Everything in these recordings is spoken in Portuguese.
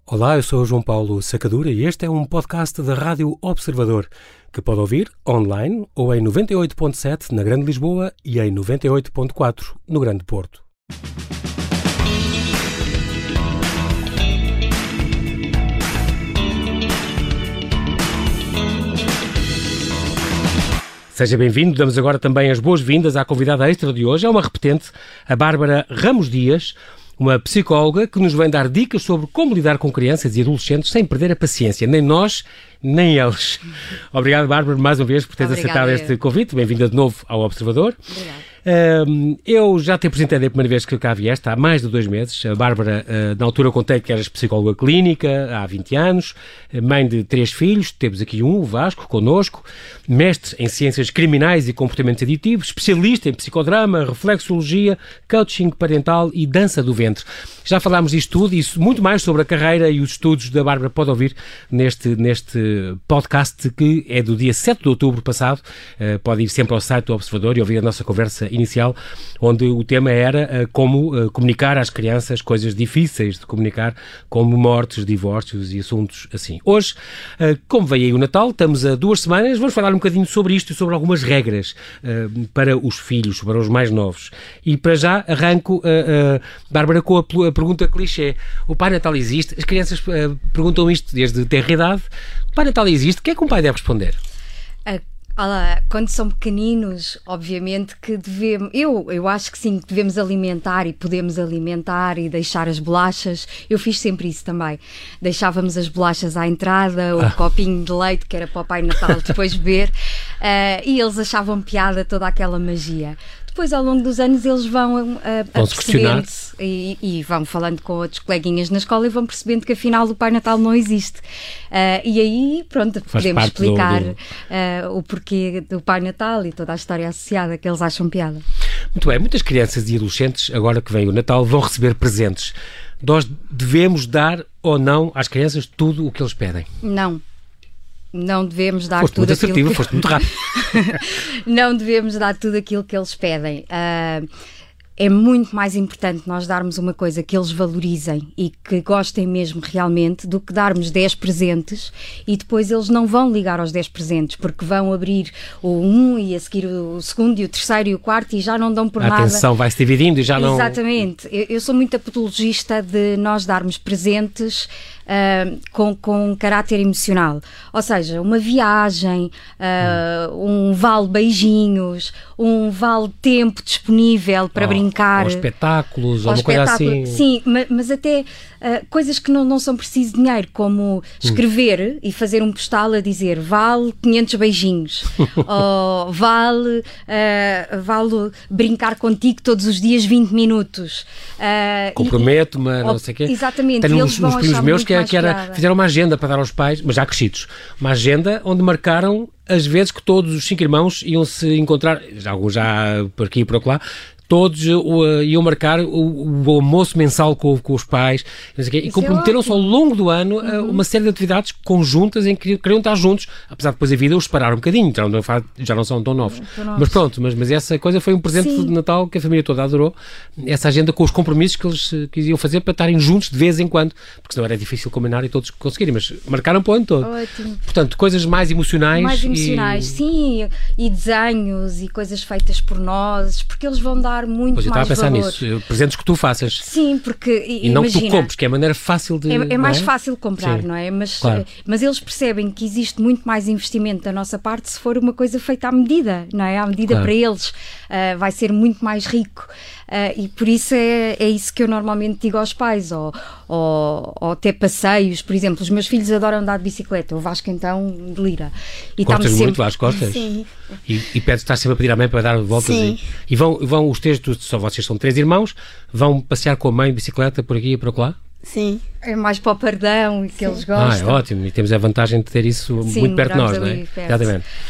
Olá, eu sou o João Paulo Sacadura e este é um podcast da Rádio Observador, que pode ouvir online ou em 98.7 na Grande Lisboa e em 98.4 no Grande Porto. Seja bem-vindo, damos agora também as boas-vindas à convidada extra de hoje, é uma repetente, a Bárbara Ramos Dias, uma psicóloga que nos vem dar dicas sobre como lidar com crianças e adolescentes sem perder a paciência, nem nós, nem eles. Obrigado, Bárbara, mais uma vez por teres aceitado este convite. Bem-vinda de novo ao Observador. Obrigada. Eu já te apresentei a primeira vez que cá vieste, há mais de 2 meses. A Bárbara, na altura, contei que eras psicóloga clínica há 20 anos, mãe de 3 filhos, temos aqui um, o Vasco, connosco, mestre em ciências criminais e comportamentos aditivos, especialista em psicodrama, reflexologia, coaching parental e dança do ventre. Já falámos disto tudo e muito mais sobre a carreira e os estudos da Bárbara pode ouvir neste podcast que é do dia 7 de outubro passado. Pode ir sempre ao site do Observador e ouvir a nossa conversa inicial, onde o tema era como comunicar às crianças coisas difíceis de comunicar, como mortes, divórcios e assuntos assim. Hoje, como veio aí o Natal, estamos a 2 semanas, vamos falar um bocadinho sobre isto e sobre algumas regras para os filhos, para os mais novos. E para já arranco, Bárbara, com a pergunta clichê. O Pai Natal existe? As crianças perguntam isto desde tenra idade. O Pai Natal existe? O que é que um pai deve responder? Olha, quando são pequeninos, obviamente que devemos, eu acho que sim, que devemos alimentar e podemos alimentar e deixar as bolachas. Eu fiz sempre isso também. Deixávamos as bolachas à entrada, o copinho de leite que era para o Pai Natal depois beber, e eles achavam piada toda aquela magia. Depois, ao longo dos anos, eles vão percebendo-se e vão falando com outros coleguinhas na escola e vão percebendo que, afinal, o Pai Natal não existe. E aí, pronto, podemos explicar o porquê do Pai Natal e toda a história associada que eles acham piada. Muito bem. Muitas crianças e adolescentes, agora que vem o Natal, vão receber presentes. Nós devemos dar ou não às crianças tudo o que eles pedem? Não devemos dar tudo aquilo que... Foste muito rápido. Não devemos dar tudo aquilo que eles pedem. É muito mais importante nós darmos uma coisa que eles valorizem e que gostem mesmo realmente do que darmos 10 presentes e depois eles não vão ligar aos 10 presentes porque vão abrir o 1 e a seguir o segundo e o terceiro e o quarto e já não dão por nada. A atenção vai-se dividindo e já não... Exatamente. Eu sou muito apologista de nós darmos presentes com caráter emocional, ou seja, uma viagem, um vale beijinhos, um vale tempo disponível para brincar, ou espetáculos, ou uma coisa assim. Sim, mas até coisas que não são preciso dinheiro, como escrever e fazer um postal a dizer vale 500 beijinhos ou vale brincar contigo todos os dias 20 minutos. Comprometo-me, não sei o quê. Exatamente. Tenho uns primos meus que fizeram uma agenda para dar aos pais, mas já crescidos, uma agenda onde marcaram as vezes que todos os 5 irmãos iam se encontrar, alguns já por aqui e por lá, todos iam marcar o almoço mensal com os pais, não sei o quê, e comprometeram-se ao longo do ano uma série de atividades conjuntas em que queriam estar juntos, apesar de depois a vida os separar um bocadinho, já não são tão novos. Mas pronto, mas essa coisa foi um presente de Natal que a família toda adorou, essa agenda com os compromissos que eles quisiam fazer para estarem juntos de vez em quando, porque senão era difícil combinar e todos conseguirem, mas marcaram para o ano todo. Ótimo. Portanto, coisas mais emocionais. Sim, e desenhos e coisas feitas por nós, porque eles vão dar muito mais valor. Eu estava a pensar nisso, presentes que tu faças. Sim, porque e não que tu compres, que é a maneira fácil de... É mais fácil comprar, sim, não é? Claro. Mas eles percebem que existe muito mais investimento da nossa parte se for uma coisa feita à medida, não é? À medida para eles vai ser muito mais rico. E por isso é isso que eu normalmente digo aos pais, ou até passeios, por exemplo, os meus filhos adoram andar de bicicleta, o Vasco então delira. Gostas muito, Vasco, gostas? Sim. E pedes, estás sempre a pedir à mãe para dar voltas? Sim. E vão os três, só vocês são 3 irmãos, vão passear com a mãe de bicicleta por aqui e por lá? Sim. É mais para o pardão e que eles gostam. É ótimo, e temos a vantagem de ter isso muito perto de nós, não é? Exatamente.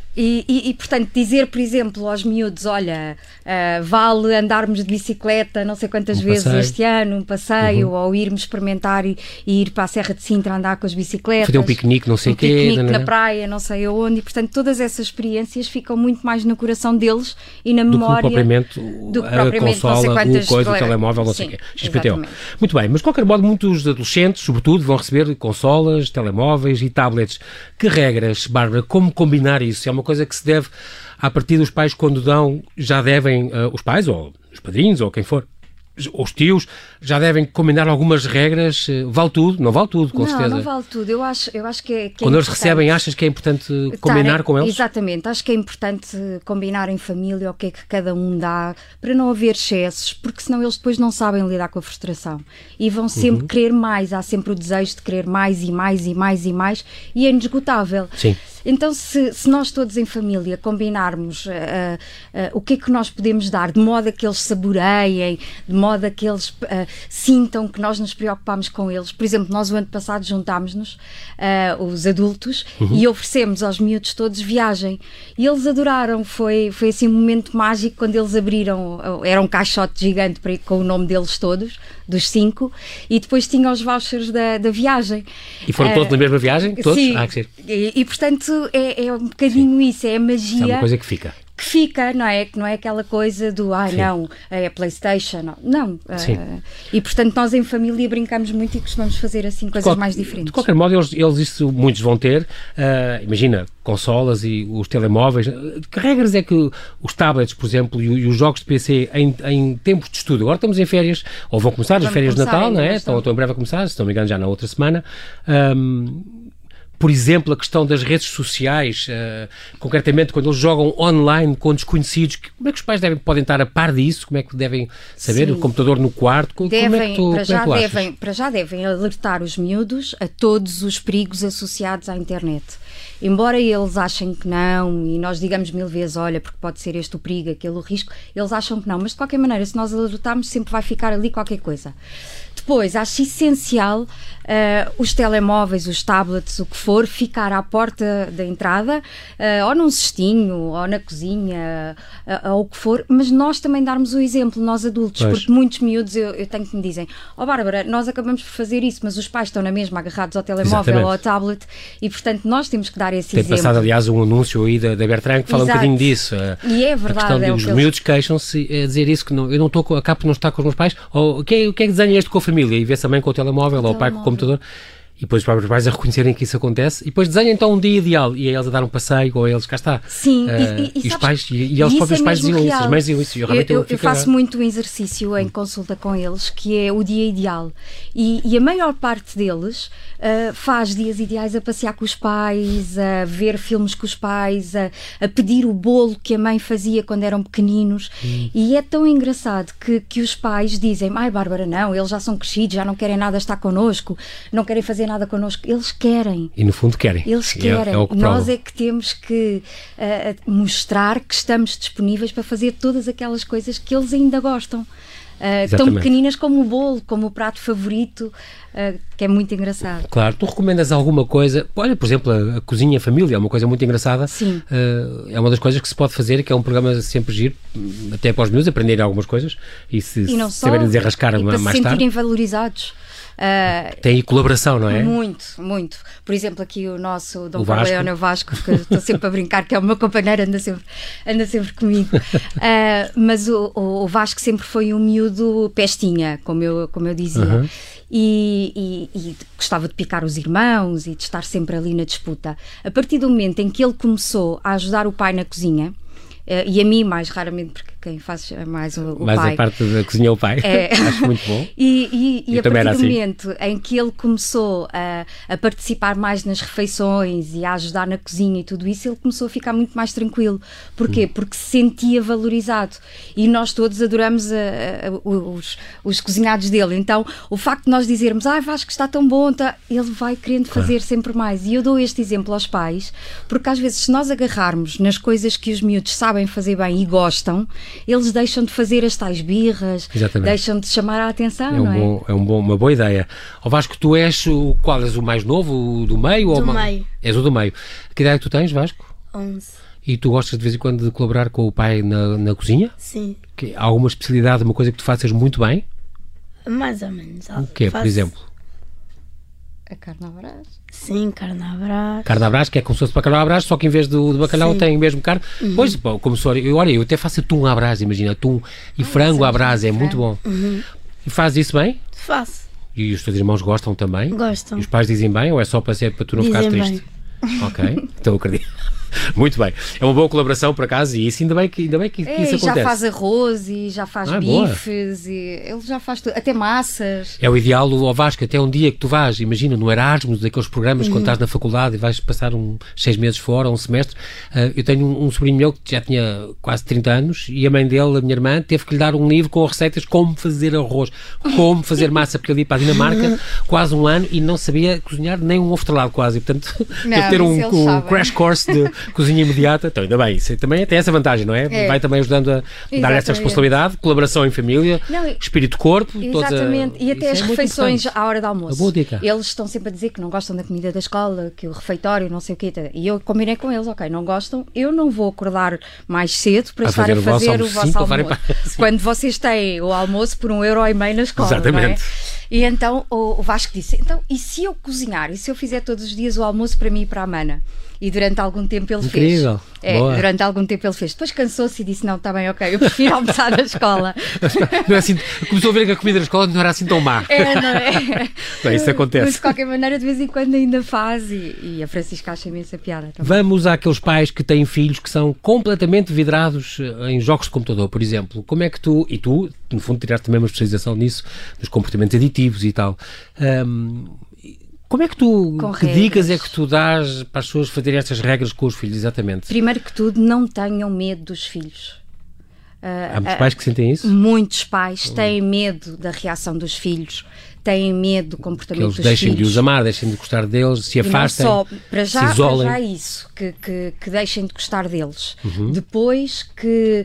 Portanto, dizer, por exemplo, aos miúdos, olha, vale andarmos de bicicleta não sei quantas vezes este ano, um passeio, ou irmos experimentar e ir para a Serra de Sintra andar com as bicicletas. Fazer um piquenique, não sei o quê. Piquenique na praia, não sei aonde. E, portanto, todas essas experiências ficam muito mais no coração deles e na memória. Do que propriamente a consola, o telemóvel, não sei o quê. XPTO. Muito bem, mas de qualquer modo, muitos adolescentes, sobretudo, vão receber consolas, telemóveis e tablets. Que regras, Bárbara, como combinar isso? É uma coisa que se deve, a partir dos pais, quando dão, já devem, os pais, ou os padrinhos, ou quem for, ou os tios, já devem combinar algumas regras. Vale tudo? Não vale tudo, com certeza. Não vale tudo. Eu acho que quando eles recebem, achas que é importante combinar com eles? Exatamente. Acho que é importante combinar em família o que é que cada um dá, para não haver excessos, porque senão eles depois não sabem lidar com a frustração. E vão sempre querer mais. Há sempre o desejo de querer mais e mais e mais e mais, e é inesgotável. Sim. Então, se nós todos em família combinarmos o que é que nós podemos dar, de modo a que eles saboreiem, de modo a que eles sintam que nós nos preocupamos com eles. Por exemplo, nós o ano passado juntámos-nos, os adultos, e oferecemos aos miúdos todos viagem. E eles adoraram. Foi assim um momento mágico quando eles abriram, era um caixote gigante com o nome deles todos, dos 5, e depois tinham os vouchers da viagem. E foram todos na mesma viagem? Todos? Sim. Que ser. E portanto, é um bocadinho isso, é a magia. É uma coisa que fica. Que fica, não é? Que não é aquela coisa do, não, é a PlayStation, não. E portanto nós em família brincamos muito e costumamos fazer assim coisas mais diferentes. De qualquer modo, eles isso muitos vão ter, imagina, consolas e os telemóveis. Que regras é que os tablets, por exemplo, e os jogos de PC em tempos de estudo, agora estamos em férias, ou vão começar as férias de Natal, não é? Estão em breve a começar, se não me engano já na outra semana. Por exemplo, a questão das redes sociais, concretamente quando eles jogam online com desconhecidos, como é que os pais podem estar a par disso? Como é que devem saber? Sim. O computador no quarto? Para já devem alertar os miúdos a todos os perigos associados à internet. Embora eles achem que não, e nós digamos 1000 vezes, olha, porque pode ser este o perigo, aquele o risco, eles acham que não. Mas de qualquer maneira, se nós alertarmos, sempre vai ficar ali qualquer coisa. Depois, acho essencial os telemóveis, os tablets, o que for, ficar à porta da entrada, ou num cestinho, ou na cozinha, ou o que for, mas nós também darmos o exemplo, nós adultos, porque muitos miúdos eu tenho que me dizem, Bárbara, nós acabamos por fazer isso, mas os pais estão na mesma agarrados ao telemóvel ou ao tablet, e portanto nós temos que dar esse exemplo. Tem passado, aliás, um anúncio aí da Bertrand que fala um bocadinho disso. E é verdade. Os miúdos queixam-se a dizer isso, que não, eu não estou, acabo por não estar com os meus pais, ou o que é que desenha este com a família? E vê-se também com o telemóvel, ou o pai com o computador. E depois os próprios pais a reconhecerem que isso acontece, e depois desenham então um dia ideal, e a eles a dar um passeio, ou a eles, cá está. Sim, e os pais, e eles próprios pais diziam isso, as mães diziam isso. Eu faço muito um exercício em consulta com eles, que é o dia ideal. E a maior parte deles faz dias ideais a passear com os pais, a ver filmes com os pais, a pedir o bolo que a mãe fazia quando eram pequeninos. E é tão engraçado que os pais dizem, Bárbara, não, eles já são crescidos, já não querem nada estar connosco, não querem fazer nada connosco. Eles querem. E no fundo querem. Eles querem. Nós é que temos que mostrar que estamos disponíveis para fazer todas aquelas coisas que eles ainda gostam. Tão pequeninas como o bolo, como o prato favorito, que é muito engraçado. Claro, tu recomendas alguma coisa? Olha, por exemplo, a Cozinha Família é uma coisa muito engraçada. Sim. É uma das coisas que se pode fazer, que é um programa sempre giro, até para os meus aprenderem algumas coisas e saberem desenrascar mais tarde. E para se sentirem valorizados. Tem aí colaboração, não é? Muito, muito. Por exemplo, aqui o nosso Dom Corleone Vasco, que estou sempre a brincar, que é o meu companheiro, anda sempre comigo. Mas o Vasco sempre foi um miúdo pestinha, como eu dizia. E gostava de picar os irmãos e de estar sempre ali na disputa. A partir do momento em que ele começou a ajudar o pai na cozinha, e a mim mais raramente, porque quem faz mais o pai. Mais a parte da cozinha é o pai, acho muito bom. E a partir do momento em que ele começou a participar mais nas refeições e a ajudar na cozinha e tudo isso, ele começou a ficar muito mais tranquilo. Porquê? Porque se sentia valorizado. E nós todos adoramos os cozinhados dele. Então, o facto de nós dizermos, Vasco, está tão bom, ele vai querendo fazer sempre mais. E eu dou este exemplo aos pais, porque às vezes se nós agarrarmos nas coisas que os miúdos sabem fazer bem e gostam, eles deixam de fazer as tais birras, deixam de chamar a atenção, uma boa ideia. Vasco, tu és qual? És o mais novo, o do meio? Do meio. És o do meio. Que idade tu tens, Vasco? 11. E tu gostas de vez em quando de colaborar com o pai na cozinha? Sim, Há alguma especialidade, uma coisa que tu faças muito bem? mais ou menos. O quê, por exemplo? A carne à brás. Sim, carne à brás. Carne à brás, que é como se fosse bacalhau à brás, só que em vez do bacalhau Sim. tem mesmo carne. Pois, pô, como se olha, eu até faço atum à brás, imagina, atum e frango à brás, é muito bom. E fazes isso bem? Faço. E os teus irmãos gostam também? Gostam. E os pais dizem bem ou é só para tu não ficares Dizem triste? Ok, então eu acredito. Muito bem. É uma boa colaboração, por acaso, e isso ainda bem que isso acontece. Já faz arroz e já faz bifes, e ele já faz tudo, até massas. É o ideal, ó Vasco, até um dia que tu vais, imagina, no Erasmus, daqueles programas, quando estás na faculdade e vais passar 6 meses fora, um semestre. Eu tenho um sobrinho meu que já tinha quase 30 anos e a mãe dele, a minha irmã, teve que lhe dar um livro com receitas como fazer arroz, como fazer massa, porque ele ia para a Dinamarca quase um ano e não sabia cozinhar nem um ovo estrelado quase, e portanto teve que ter um crash course de cozinha imediata. Então ainda bem, isso também tem essa vantagem, não é? Vai também ajudando a dar essa responsabilidade, colaboração em família, espírito-corpo. Exatamente, e até as refeições à hora do almoço. Boa dica. Eles estão sempre a dizer que não gostam da comida da escola, que o refeitório, não sei o quê, e eu combinei com eles, ok, não gostam, eu não vou acordar mais cedo para estar a fazer o vosso almoço. Quando vocês têm o almoço por 1,5€ na escola. Exatamente. Não é? E então o Vasco disse, então, e se eu cozinhar? E se eu fizer todos os dias o almoço para mim e para a Mana? E durante algum tempo ele fez. Durante algum tempo ele fez. Depois cansou-se e disse, não, está bem, ok, eu prefiro almoçar na escola. Não é assim, começou a ver que a comida na escola não era assim tão má. Não é? Bem, isso acontece. Mas de qualquer maneira, de vez em quando ainda faz e a Francisca acha imensa piada também. Vamos àqueles pais que têm filhos que são completamente vidrados em jogos de computador, por exemplo. Como é que tu, no fundo, tiraste também uma especialização nisso, nos comportamentos aditivos e tal. Como é que que dicas é que tu dás para as pessoas fazerem estas regras com os filhos, exatamente? Primeiro que tudo, não tenham medo dos filhos. Há muitos pais que sentem isso? Muitos pais têm medo da reação dos filhos, têm medo do comportamento dos filhos. Que eles deixem de os amar, deixem de gostar deles, se afastem, se isolem. Para já isso, que deixem de gostar deles. Depois que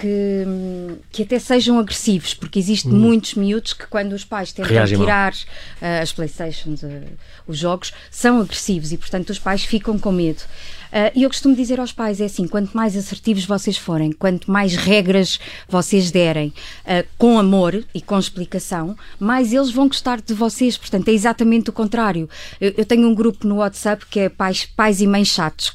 até sejam agressivos, porque existem muitos miúdos que quando os pais tentam tirar as Playstations, os jogos, são agressivos e, portanto, os pais ficam com medo. E eu costumo dizer aos pais, é assim, quanto mais assertivos vocês forem, quanto mais regras vocês derem, com amor e com explicação, mais eles vão gostar de vocês. Portanto, é exatamente o contrário. Eu tenho um grupo no WhatsApp que é pais e mães chatos.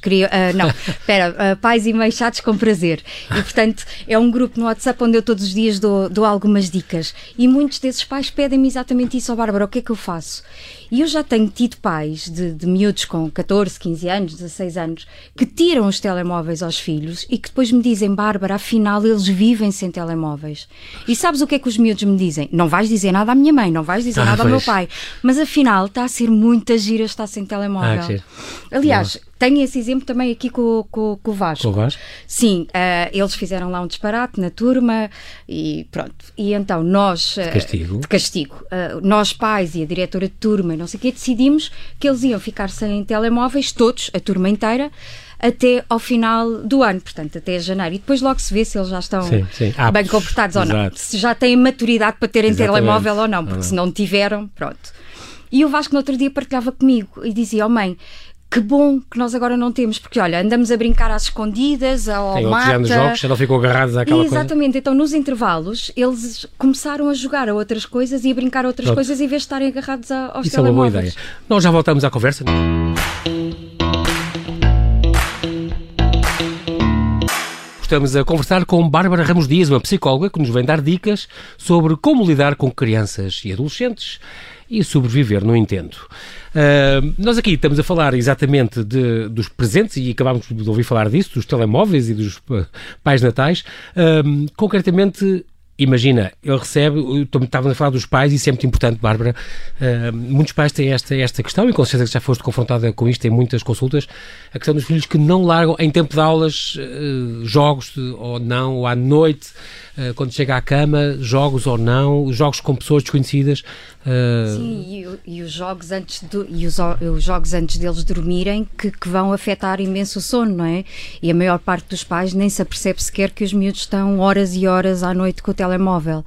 Pais e mães chatos com prazer. E, portanto, é um grupo no WhatsApp onde eu todos os dias dou algumas dicas. E muitos desses pais pedem-me exatamente isso, Bárbara, o que é que eu faço? E eu já tenho tido pais de miúdos com 14, 15 anos, 16 anos, que tiram os telemóveis aos filhos e que depois me dizem, Bárbara, afinal eles vivem sem telemóveis. E sabes o que é que os miúdos me dizem? Não vais dizer nada à minha mãe, não vais dizer nada ao meu pai, mas afinal está a ser muita gira estar sem telemóvel. Aliás, tenho esse exemplo também aqui com o Vasco. Com o Vasco? Sim, eles fizeram lá um disparate na turma e pronto. E então nós... De castigo. Nós pais e a diretora de turma e não sei o quê, decidimos que eles iam ficar sem telemóveis, todos, a turma inteira, até ao final do ano, portanto, até janeiro. E depois logo se vê se eles já estão bem comportados ou não. Se já têm maturidade para terem telemóvel ou não, porque se não tiveram, pronto. E o Vasco no outro dia partilhava comigo e dizia, mãe, que bom que nós agora não temos, porque olha, andamos a brincar às escondidas, ao mata... Tem jogos, já não ficam agarrados àquela coisa. Exatamente, então nos intervalos eles começaram a jogar a outras coisas e a brincar a outras coisas em vez de estarem agarrados aos telemóveis. Isso é uma boa ideia. Nós já voltamos à conversa. Estamos a conversar com Bárbara Ramos Dias, uma psicóloga que nos vem dar dicas sobre como lidar com crianças e adolescentes e sobreviver no intento. Nós aqui estamos a falar exatamente dos presentes e acabámos de ouvir falar disso, dos telemóveis e dos pais natais. Concretamente, imagina, ele recebe, estávamos a falar dos pais e isso é muito importante, Bárbara. Muitos pais têm esta questão e com certeza que já foste confrontada com isto em muitas consultas, a questão dos filhos que não largam em tempo de aulas jogos ou não, ou à noite, quando chega à cama, jogos ou não, jogos com pessoas desconhecidas. Sim, e os jogos os jogos antes deles dormirem que vão afetar imenso o sono, não é? E a maior parte dos pais nem se apercebe sequer que os miúdos estão horas e horas à noite com o telemóvel.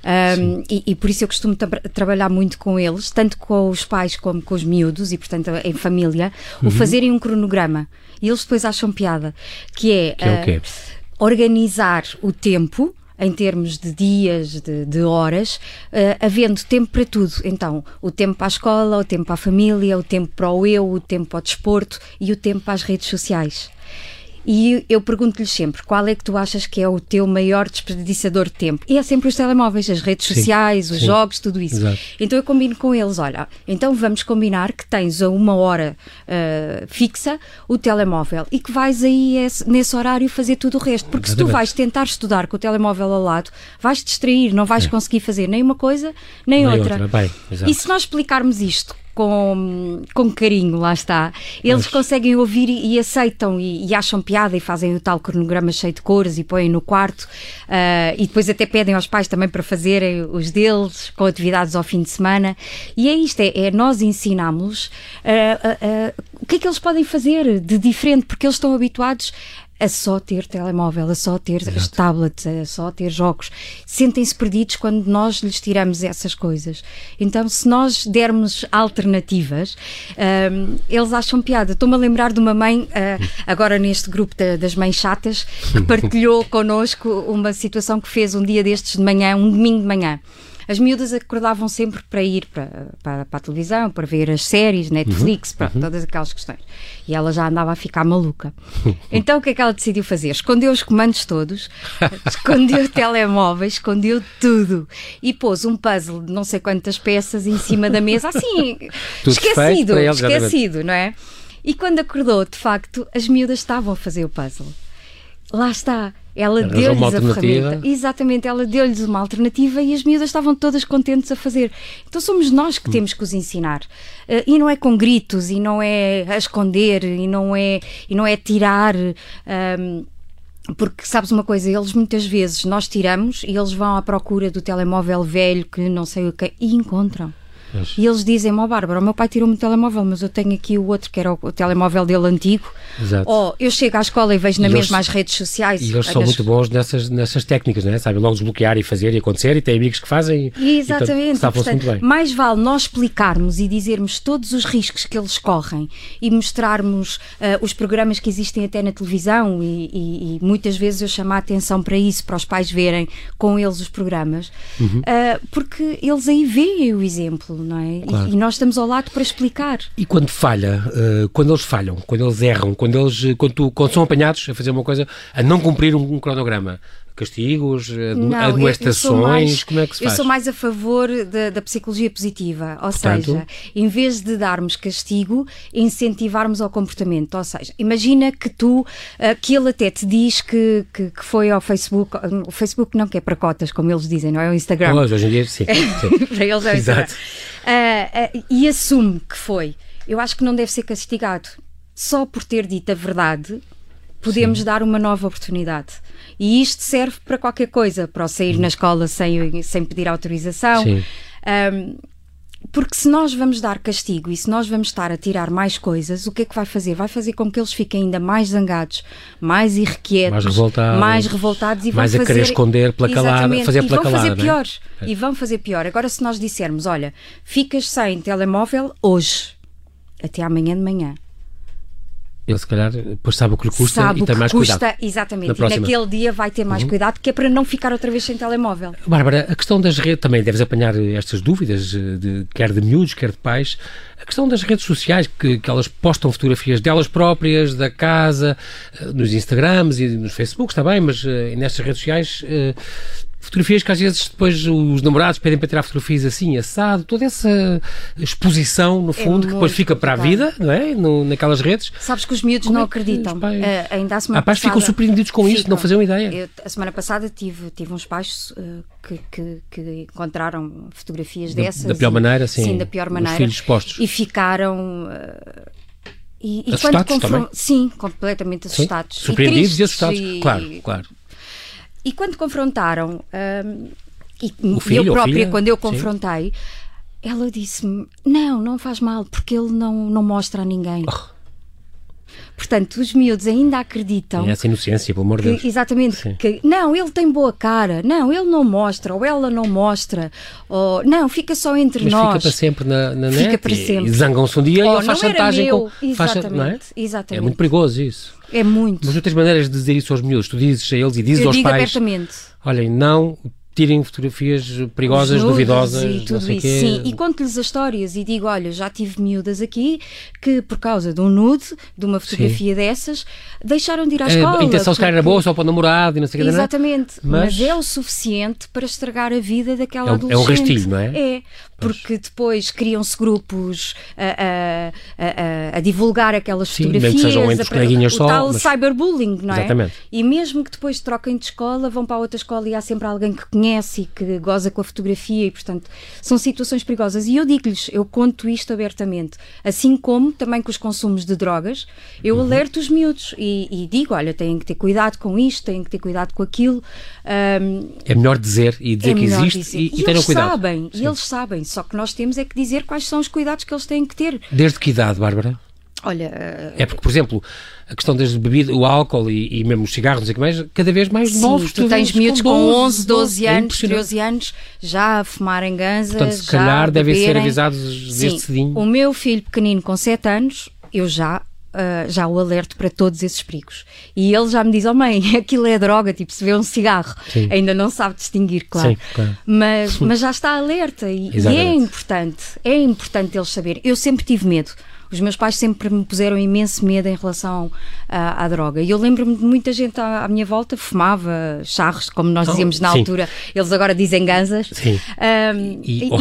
E por isso eu costumo trabalhar muito com eles, tanto com os pais como com os miúdos, e portanto em família, o fazerem um cronograma. E eles depois acham piada, que é o quê? Organizar o tempo em termos de dias, de horas, havendo tempo para tudo. Então, o tempo para a escola, o tempo para a família, o tempo para o eu, o tempo para o desporto e o tempo para as redes sociais. E eu pergunto-lhes sempre, qual é que tu achas que é o teu maior desperdiçador de tempo? E é sempre os telemóveis, as redes sociais, os jogos, tudo isso. Exato. Então eu combino com eles, olha, então vamos combinar que tens a 1 hora fixa o telemóvel e que vais aí nesse horário fazer tudo o resto. Porque se tu vais tentar estudar com o telemóvel ao lado, vais te distrair, não vais conseguir fazer nem uma coisa, nem outra. Bem, e se nós explicarmos isto com carinho, lá está, eles conseguem ouvir e aceitam e acham piada e fazem o tal cronograma cheio de cores e põem no quarto, e depois até pedem aos pais também para fazerem os deles com atividades ao fim de semana. E é isto, é nós ensinámos-los o que é que eles podem fazer de diferente, porque eles estão habituados a só ter telemóvel, a só ter as tablets, a só ter jogos. Sentem-se perdidos quando nós lhes tiramos essas coisas. Então, se nós dermos alternativas, eles acham piada. Estou-me a lembrar de uma mãe, agora neste grupo das mães chatas, que partilhou connosco uma situação que fez um dia destes de manhã, um domingo de manhã. As miúdas acordavam sempre para ir para a televisão, para ver as séries, Netflix, todas aquelas questões. E ela já andava a ficar maluca. Então o que é que ela decidiu fazer? Escondeu os comandos todos, escondeu o telemóvel, escondeu tudo e pôs um puzzle de não sei quantas peças em cima da mesa, assim, esquecido, não é? E quando acordou, de facto, as miúdas estavam a fazer o puzzle. Lá está. Ela deu-lhes a ferramenta. Exatamente, ela deu-lhes uma alternativa e as miúdas estavam todas contentes a fazer. Então somos nós que temos que os ensinar. E não é com gritos, e não é a esconder, e não é tirar. Porque sabes uma coisa, eles muitas vezes nós tiramos e eles vão à procura do telemóvel velho que não sei o que e encontram. E eles dizem-me, Bárbara, o meu pai tirou-me o telemóvel, mas eu tenho aqui o outro que era o telemóvel dele antigo. Exato. Ou eu chego à escola e vejo na mesma as redes sociais. E eles são muito bons nessas técnicas, não é? Sabem logo desbloquear e fazer e acontecer, e têm amigos que fazem. Exatamente. E, portanto, muito bem. Mais vale nós explicarmos e dizermos todos os riscos que eles correm e mostrarmos os programas que existem até na televisão e muitas vezes eu chamo a atenção para isso, para os pais verem com eles os programas, porque eles aí veem o exemplo. Não é? Claro. E nós estamos ao lado para explicar. E quando falha, quando eles falham, quando eles erram, quando são apanhados a fazer uma coisa, a não cumprir um cronograma, castigos, admoestações, como é que se faz? Eu sou mais a favor da psicologia positiva, ou seja, em vez de darmos castigo, incentivarmos ao comportamento, ou seja, imagina que que ele até te diz que foi ao Facebook, o Facebook não, que é para cotas, como eles dizem, não é? O Instagram. Hoje em dia, sim. Para eles é o Instagram. E assume que foi. Eu acho que não deve ser castigado. Só por ter dito a verdade, podemos dar uma nova oportunidade. E isto serve para qualquer coisa, para o sair na escola sem pedir autorização. Porque se nós vamos dar castigo e se nós vamos estar a tirar mais coisas, o que é que vai fazer? Vai fazer com que eles fiquem ainda mais zangados, mais irrequietos, mais revoltados e mais a querer esconder pela calada, fazer pela calada. Fazer pior. E vão fazer pior. Agora, se nós dissermos, olha, ficas sem telemóvel hoje, até amanhã de manhã. Ele se calhar depois sabe o que lhe custa e tem mais cuidado. Exatamente, e naquele dia vai ter mais cuidado, que é para não ficar outra vez sem telemóvel. Bárbara, a questão das redes, também deves apanhar estas dúvidas, quer de miúdos, quer de pais, a questão das redes sociais, que elas postam fotografias delas próprias, da casa, nos Instagrams e nos Facebooks, está bem, mas nestas redes sociais... fotografias que às vezes depois os namorados pedem para tirar fotografias assim, assado, toda essa exposição, no fundo, que depois fica para a vida, não é? Naquelas redes. Sabes que os miúdos não acreditam. Ainda a semana pais ficam surpreendidos com isto, não faziam ideia. A semana passada tive uns pais que encontraram fotografias dessas. Da pior maneira, sim. Sim, da pior maneira. Os filhos expostos. E ficaram... assustados também? Sim, completamente assustados. Surpreendidos e assustados, claro. E quando confrontaram, o filho, eu própria, filha, quando eu confrontei, ela disse-me, não faz mal, porque ele não mostra a ninguém. Portanto, os miúdos ainda acreditam... É essa inocência, pelo amor de Deus. Exatamente. Que, não, ele tem boa cara. Não, ele não mostra. Ou ela não mostra. Ou, não, fica só entre mas nós. Mas fica para sempre na net. Fica para sempre. E zangam-se um dia e ele faz chantagem. Exatamente. Não é? Exatamente. É muito perigoso isso. É muito. Mas outras maneiras de dizer isso aos miúdos. Tu dizes a eles e dizes Eu aos digo pais... abertamente. Olhem, não... tirem fotografias perigosas, duvidosas, e tudo não sei isso. quê. Sim, e conto-lhes as histórias e digo, olha, já tive miúdas aqui que por causa de um nude, de uma fotografia dessas, deixaram de ir à escola. A intenção se calhar era boa só para o namorado e não sei o que. Exatamente, mas é o suficiente para estragar a vida daquela adolescente. É um rastilho, não é? É, porque depois criam-se grupos a divulgar aquelas fotografias, mesmo que sejam entre coleguinhas só, o tal cyberbullying, não é? Exatamente. E mesmo que depois troquem de escola, vão para outra escola e há sempre alguém que conhece e que goza com a fotografia e, portanto, são situações perigosas. E eu digo-lhes, eu conto isto abertamente. Assim como também com os consumos de drogas, eu alerto os miúdos e digo, olha, têm que ter cuidado com isto, têm que ter cuidado com aquilo. É melhor dizer e dizer que existe e tenham cuidado. E eles sabem, só que nós temos é que dizer quais são os cuidados que eles têm que ter. Desde que idade, Bárbara? Olha... É porque, por exemplo, a questão das bebidas, o álcool e mesmo os cigarros, não sei o que mais, cada vez mais novos. Tu tens miúdos com 11, 12 anos, 13 anos, já a fumarem ganzas, portanto, se calhar devem ser avisados desde Sim. cedinho. O meu filho pequenino com 7 anos, eu já o alerto para todos esses perigos. E ele já me diz, mãe, aquilo é droga, tipo, se vê um cigarro. Sim. Ainda não sabe distinguir, claro. Sim, claro. Mas já está alerta e é importante eles saberem. Eu sempre tive medo. Os meus pais sempre me puseram imenso medo em relação à droga. E eu lembro-me de muita gente à minha volta fumava charros, como nós dizíamos na altura. Eles agora dizem ganzas. Sim. Ou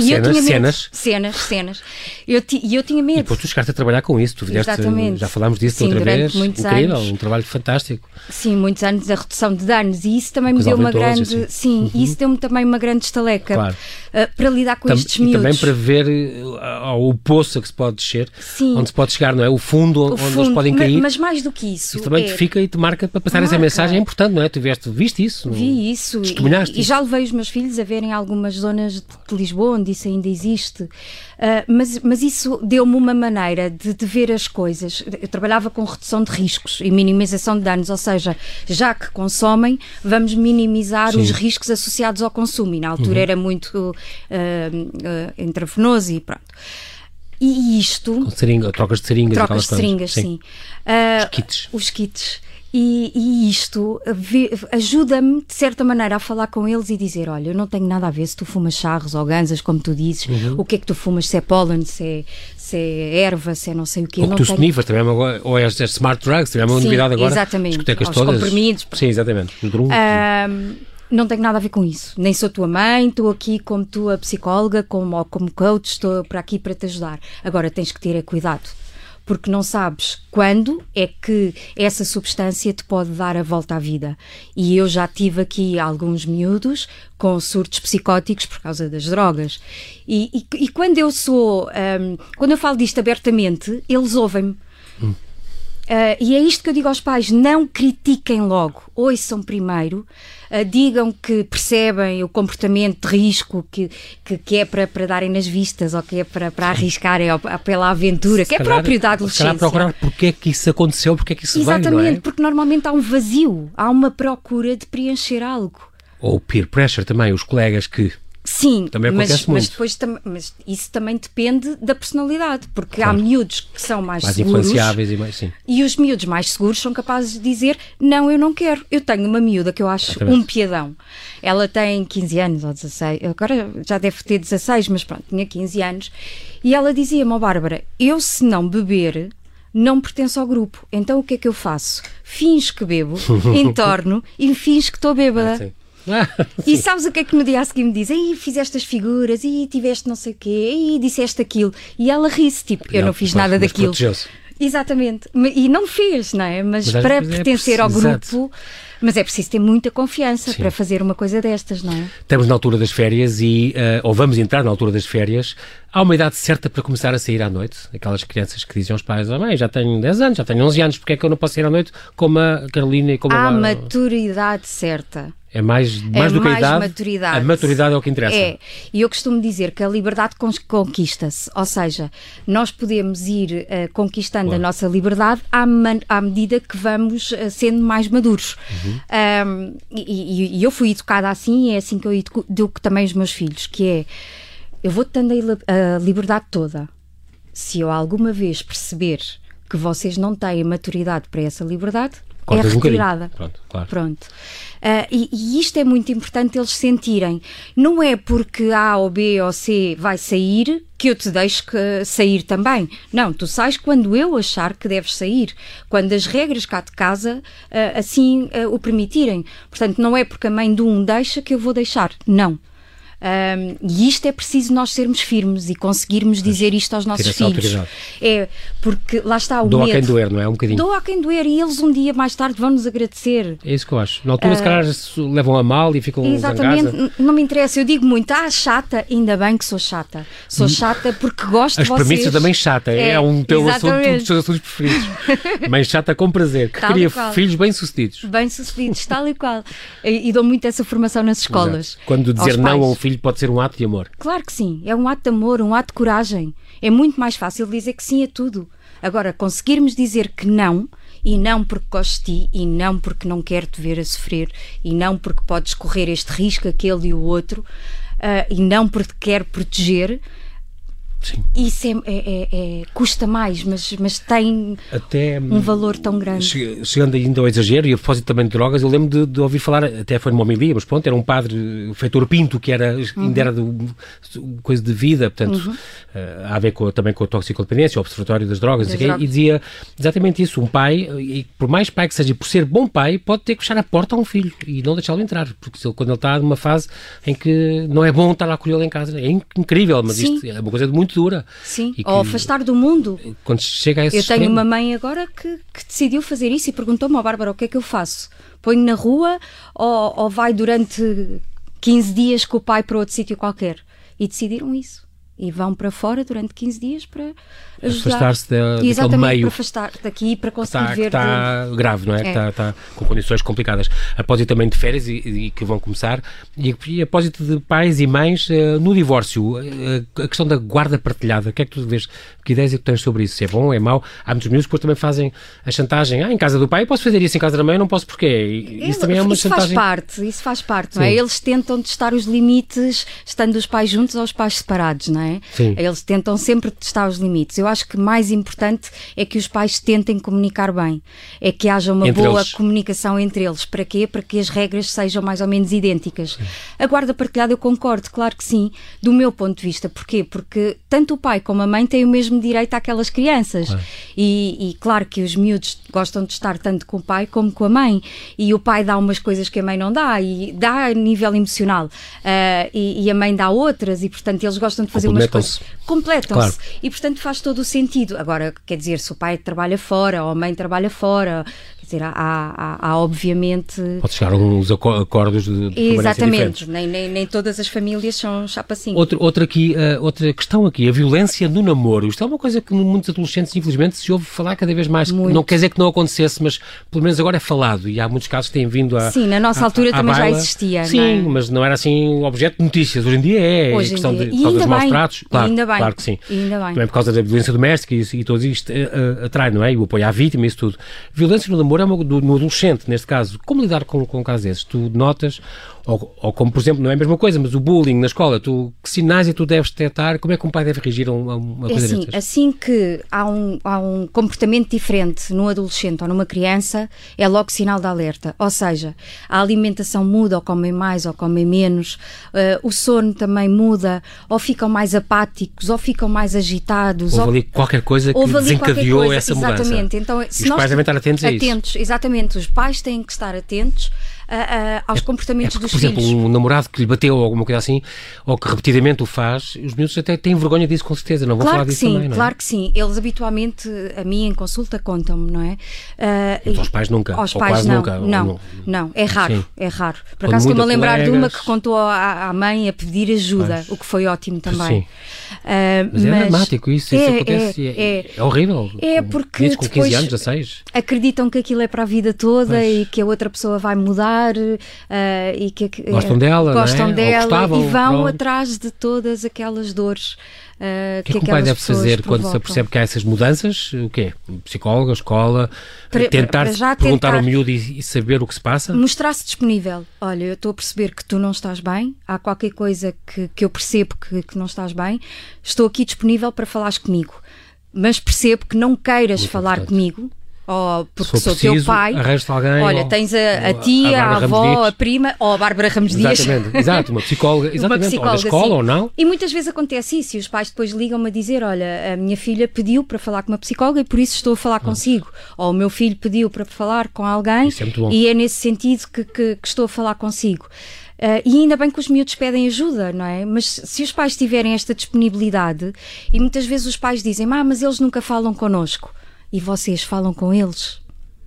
cenas. E eu tinha medo. E depois tu chegaste a trabalhar com isso. Tu fizeste, já falámos disso outra vez. Incrível, anos. Um trabalho fantástico. Sim, muitos anos da redução de danos. E isso também me deu uma grande... Sim, isso deu-me também uma grande estaleca, claro, para lidar com estes miúdos. E também para ver o poço a que se pode descer. Sim. Onde se pode chegar, não é? O fundo onde eles podem cair. Mas mais do que isso. Isso também te fica e te marca para passar essa mensagem. É importante, não é? Tu viste isso? Vi isso. Testemunhaste e já levei os meus filhos a verem algumas zonas de Lisboa onde isso ainda existe. Mas isso deu-me uma maneira de ver as coisas. Eu trabalhava com redução de riscos e minimização de danos, ou seja, já que consomem, vamos minimizar os riscos associados ao consumo. E na altura era muito intravenoso e pronto. E isto... Com seringa, trocas de seringas. Trocas de seringas, sim. Os kits. E isto ajuda-me, de certa maneira, a falar com eles e dizer, olha, eu não tenho nada a ver se tu fumas charros ou ganzas, como tu dizes, o que é que tu fumas, se é pólen, se é erva, se é não sei o quê. Ou que tu sonivas, também ou as smart drugs, também é uma novidade agora. Exatamente. Discotecas aos todas. Comprimidos. Sim, exatamente. Não tenho nada a ver com isso. Nem sou tua mãe, estou aqui como tua psicóloga, como coach, estou para aqui para te ajudar. Agora tens que ter cuidado, porque não sabes quando é que essa substância te pode dar a volta à vida. E eu já tive aqui alguns miúdos com surtos psicóticos por causa das drogas. E quando eu quando eu falo disto abertamente, eles ouvem-me. E é isto que eu digo aos pais, não critiquem logo, ouçam primeiro, digam que percebem o comportamento de risco que é para darem nas vistas ou que é para arriscarem pela aventura, que é próprio da adolescência. Se calhar procurar porque é que isso aconteceu, porque é que isso veio, não é? Exatamente, porque normalmente há um vazio, há uma procura de preencher algo. Ou peer pressure também, os colegas que... Sim, também acontece muito. Mas isso também depende da personalidade, porque há miúdos que são mais seguros, influenciáveis e mais, sim. E os miúdos mais seguros são capazes de dizer, não, eu não quero. Eu tenho uma miúda que eu acho um piadão. Ela tem 15 anos ou 16, agora já deve ter 16, mas pronto, tinha 15 anos, e ela dizia-me, Bárbara, eu se não beber, não pertenço ao grupo. Então o que é que eu faço? Finjo que bebo, entorno e finjo que estou bêbada. Sim. E sabes o que é que no dia a seguir me diz? Aí fizeste as figuras, e tiveste não sei o quê, e disseste aquilo. E ela ri-se, tipo, eu não fiz nada daquilo. Exatamente. E não fez, não é? Mas para pertencer ao grupo... Mas é preciso ter muita confiança para fazer uma coisa destas, não é? Estamos na altura das férias ou vamos entrar na altura das férias. Há uma idade certa para começar a sair à noite? Aquelas crianças que dizem aos pais, mãe, já tenho 10 anos, já tenho 11 anos, porque é que eu não posso sair à noite como a Carolina e como a Bárbara? Há maturidade certa. É mais do que a idade, maturidade. A maturidade é o que interessa. É, e eu costumo dizer que a liberdade conquista-se, ou seja, nós podemos ir conquistando a nossa liberdade à medida que vamos sendo mais maduros. E eu fui educada assim, e é assim que eu educo também os meus filhos, que é, eu vou-te dando a liberdade toda. Se eu alguma vez perceber que vocês não têm maturidade para essa liberdade, cortas é retirada. Pronto, claro. Pronto. E isto é muito importante eles sentirem. Não é porque A ou B ou C vai sair que eu te deixo sair também. Não, tu sais quando eu achar que deves sair. Quando as regras cá de casa assim o permitirem. Portanto, não é porque a mãe de um deixa que eu vou deixar. Não. E isto é preciso nós sermos firmes e conseguirmos dizer isto aos nossos filhos. É, porque lá está o medo. Doa a quem doer, não é? Um bocadinho. Doa a quem doer, e eles um dia mais tarde vão-nos agradecer. É isso que eu acho. Na altura, se calhar, levam a mal e ficam exatamente, zangados. Não me interessa. Eu digo muito, chata, ainda bem que sou chata. Sou chata porque gosto de vocês. As premissas da mãe chata é um teu assunto, um dos teus assuntos preferidos. Mãe chata com prazer, que cria filhos bem-sucedidos. Bem-sucedidos, tal e qual. E dou muito essa formação nas escolas. Exato. Quando dizer não a um filho pode ser um ato de amor. Claro que sim, é um ato de amor, um ato de coragem. É muito mais fácil dizer que sim a tudo. Agora, conseguirmos dizer que não, e não porque gosto de ti, e não porque não quero te ver a sofrer, e não porque podes correr este risco, aquele e o outro, e não porque te quero proteger. Sim. Isso custa mais, mas tem até um valor tão grande. Chegando ainda ao exagero, e a propósito também de drogas, eu lembro de ouvir falar, até foi numa homilia, mas pronto, era um padre, o Feitor Pinto, que ainda era coisa de vida, portanto, a ver também com a toxicodependência, o observatório das drogas, e dizia exatamente isso. Um pai, e por mais pai que seja, por ser bom pai, pode ter que fechar a porta a um filho e não deixá-lo entrar, porque quando ele está numa fase em que não é bom estar a acolhê-lo em casa, é incrível, mas isto é uma coisa muito dura. Sim, ou afastar do mundo. Quando chega a esse extremo. Tenho uma mãe agora que decidiu fazer isso e perguntou-me, Bárbara, o que é que eu faço? Ponho na rua ou vai durante 15 dias com o pai para outro sítio qualquer? E decidiram isso. E vão para fora durante 15 dias para ajudar. Afastar-se daquele meio. Para afastar daqui, para conseguir ver. Está grave, não é? Que está com condições complicadas. Apósito também de férias e que vão começar. E apósito de pais e mães no divórcio. A questão da guarda partilhada. O que é que tu vês? Que ideias é que tens sobre isso? Se é bom, é mau? Há muitos miúdos que depois também fazem a chantagem. Em casa do pai eu posso fazer isso, em casa da mãe eu não posso porquê? Isso também é uma chantagem. Isso faz parte, não é? Eles tentam testar os limites, estando os pais juntos ou os pais separados, não é? Sim. Eles tentam sempre testar os limites. Eu acho que mais importante é que os pais tentem comunicar bem. É que haja uma boa comunicação entre eles. Para quê? Para que as regras sejam mais ou menos idênticas. Sim. A guarda partilhada eu concordo, claro que sim, do meu ponto de vista. Porquê? Porque tanto o pai como a mãe têm o mesmo direito àquelas crianças. Claro. E claro que os miúdos gostam de estar tanto com o pai como com a mãe. E o pai dá umas coisas que a mãe não dá, e dá a nível emocional. E a mãe dá outras, e portanto eles gostam de fazer umas coisas. Completam-se. Claro. E portanto faz todo o sentido. Agora, quer dizer, se o pai trabalha fora ou a mãe trabalha fora, quer dizer, há obviamente... Pode chegar a uns acordos de exatamente, nem todas as famílias são chapa 5. Outra questão aqui, a violência no namoro. Isto é uma coisa que muitos adolescentes, infelizmente, se ouve falar cada vez mais. Muito. Não quer dizer que não acontecesse, mas pelo menos agora é falado, e há muitos casos que têm vindo a... Sim, na nossa altura também já existia. Sim, não é? Mas não era assim objeto de notícias. Hoje em dia é questão de dos maus tratos. Claro, ainda bem. Claro que sim. Ainda bem. Também por causa da violência doméstica e tudo isto atrai, não é? E o apoio à vítima e isso tudo. Violência no namoro é no adolescente, neste caso. Como lidar com casos desses? Tu notas, ou como, por exemplo, não é a mesma coisa, mas o bullying na escola, que sinais é que tu deves detectar? Como é que um pai deve reagir a uma coisa destas? Assim que há um comportamento diferente num adolescente ou numa criança, é logo sinal de alerta. Ou seja, a alimentação muda, ou comem mais ou comem menos, o sono também muda, ou ficam mais apáticos, ou ficam mais agitados. Houve ali qualquer coisa que desencadeou essa mudança. Exatamente. Então, se os pais devem estar atentos a isso. Exatamente. Os pais têm que estar atentos aos comportamentos dos filhos. Por exemplo, um namorado que lhe bateu ou alguma coisa assim, ou que repetidamente o faz, os miúdos até têm vergonha disso, com certeza. Não vou falar disso também, não é? Claro que sim. Eles habitualmente, a mim em consulta, contam-me, não é? Mas aos pais nunca. Aos pais quase não. nunca. Não. É raro. Sim. É raro. Por acaso estou-me a lembrar de uma que contou à mãe a pedir ajuda, o que foi ótimo também. Mas é dramático isso acontece, é horrível. É porque com 15 anos, 16. Acreditam que aquilo é para a vida toda e que a outra pessoa vai mudar e que gostam dela, gostam dela gostavam, e vão pronto. atrás de todas aquelas dores. O que é que o pai deve fazer quando se apercebe que há essas mudanças? O quê? Psicóloga, escola? Tentar perguntar ao miúdo e saber o que se passa? Mostrar-se disponível. Olha, eu estou a perceber que tu não estás bem, há qualquer coisa que eu percebo que não estás bem, estou aqui disponível para falares comigo, mas percebo que não queiras falar comigo, ou porque sou teu pai, alguém, olha, tens a tia, a avó, a prima, ou a Bárbara Ramos Dias. Exatamente, exato, uma psicóloga, exatamente, ou da escola, assim. ou não. E muitas vezes acontece isso, e os pais depois ligam-me a dizer, olha, a minha filha pediu para falar com uma psicóloga e por isso estou a falar consigo. Ou o meu filho pediu para falar com alguém e é nesse sentido que estou a falar consigo. E ainda bem que os miúdos pedem ajuda, não é? Mas se os pais tiverem esta disponibilidade, e muitas vezes os pais dizem, mas eles nunca falam connosco. E vocês falam com eles?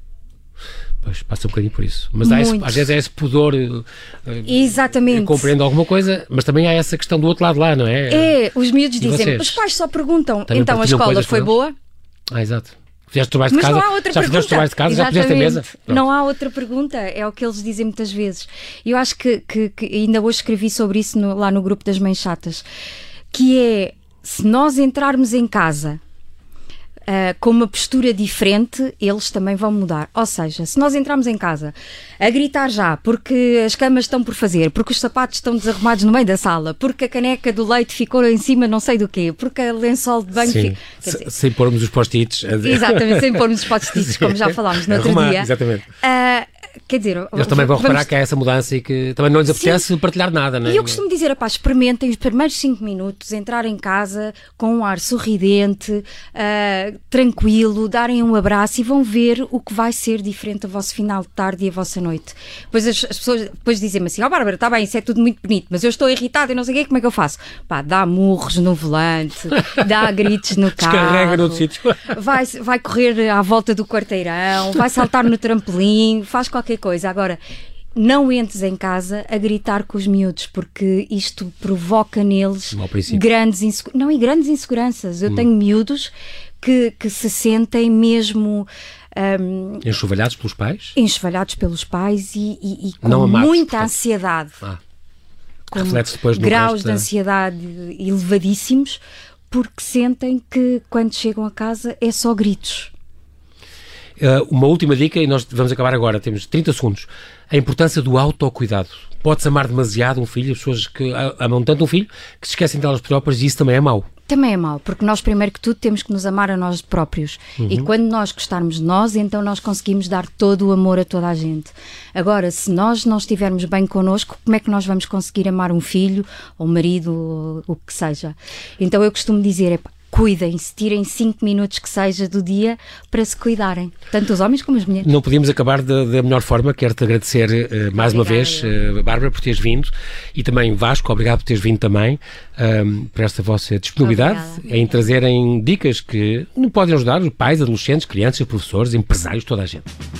Pois, passa um bocadinho por isso. Mas às vezes há esse pudor. Exatamente. Eu compreendo alguma coisa, mas também há essa questão do outro lado lá, não é? Os miúdos dizem, os pais só perguntam, também então a escola foi boa? Exato. Fizeste trabalho de casa? Não há outra já fizeste trabalho de casa? Já puseste a mesa? Pronto. Não há outra pergunta, é o que eles dizem muitas vezes. Eu acho que ainda hoje escrevi sobre isso lá no grupo das Mães Chatas, que é, se nós entrarmos em casa com uma postura diferente, eles também vão mudar. Ou seja, se nós entrarmos em casa a gritar já, porque as camas estão por fazer, porque os sapatos estão desarrumados no meio da sala, porque a caneca do leite ficou em cima não sei do quê, porque a lençol de banho... Sim, sem pormos os post-its. Exatamente, sem pormos os post-its, como já falámos no outro dia. Exatamente. Quer dizer, eles também vão reparar que há essa mudança e que também não lhes apetece partilhar nada, não é? E eu costumo dizer, experimentem os primeiros 5 minutos, entrar em casa com um ar sorridente, tranquilo, darem um abraço e vão ver o que vai ser diferente a vosso final de tarde e a vossa noite. Depois as pessoas depois dizem-me assim, Bárbara, está bem, isso é tudo muito bonito, mas eu estou irritada e não sei o quê, como é que eu faço? Dá murros no volante, dá gritos no carro, descarrega no sítio, vai correr à volta do quarteirão, vai saltar no trampolim, faz qualquer coisa. Agora, não entres em casa a gritar com os miúdos, porque isto provoca neles grandes inseguranças. Eu tenho miúdos que se sentem mesmo... enxovalhados pelos pais? Enxovalhados pelos pais e com muita ansiedade. Com depois no graus de ansiedade elevadíssimos, porque sentem que quando chegam a casa é só gritos. Uma última dica, e nós vamos acabar agora, temos 30 segundos. A importância do autocuidado. Pode-se amar demasiado um filho, as pessoas que amam tanto um filho que se esquecem delas próprias, e isso também é mau. Também é mau, porque nós primeiro que tudo temos que nos amar a nós próprios. E quando nós gostarmos de nós, então nós conseguimos dar todo o amor a toda a gente. Agora, se nós não estivermos bem connosco, como é que nós vamos conseguir amar um filho, ou um marido, ou o que seja? Então eu costumo dizer, cuidem-se, tirem 5 minutos que seja do dia para se cuidarem, tanto os homens como as mulheres. Não podíamos acabar da melhor forma. Quero-te agradecer mais uma vez, Bárbara, por teres vindo, e também Vasco, obrigado por teres vindo também, por esta vossa disponibilidade em trazerem dicas que não podem ajudar os pais, adolescentes, crianças, professores, empresários, toda a gente.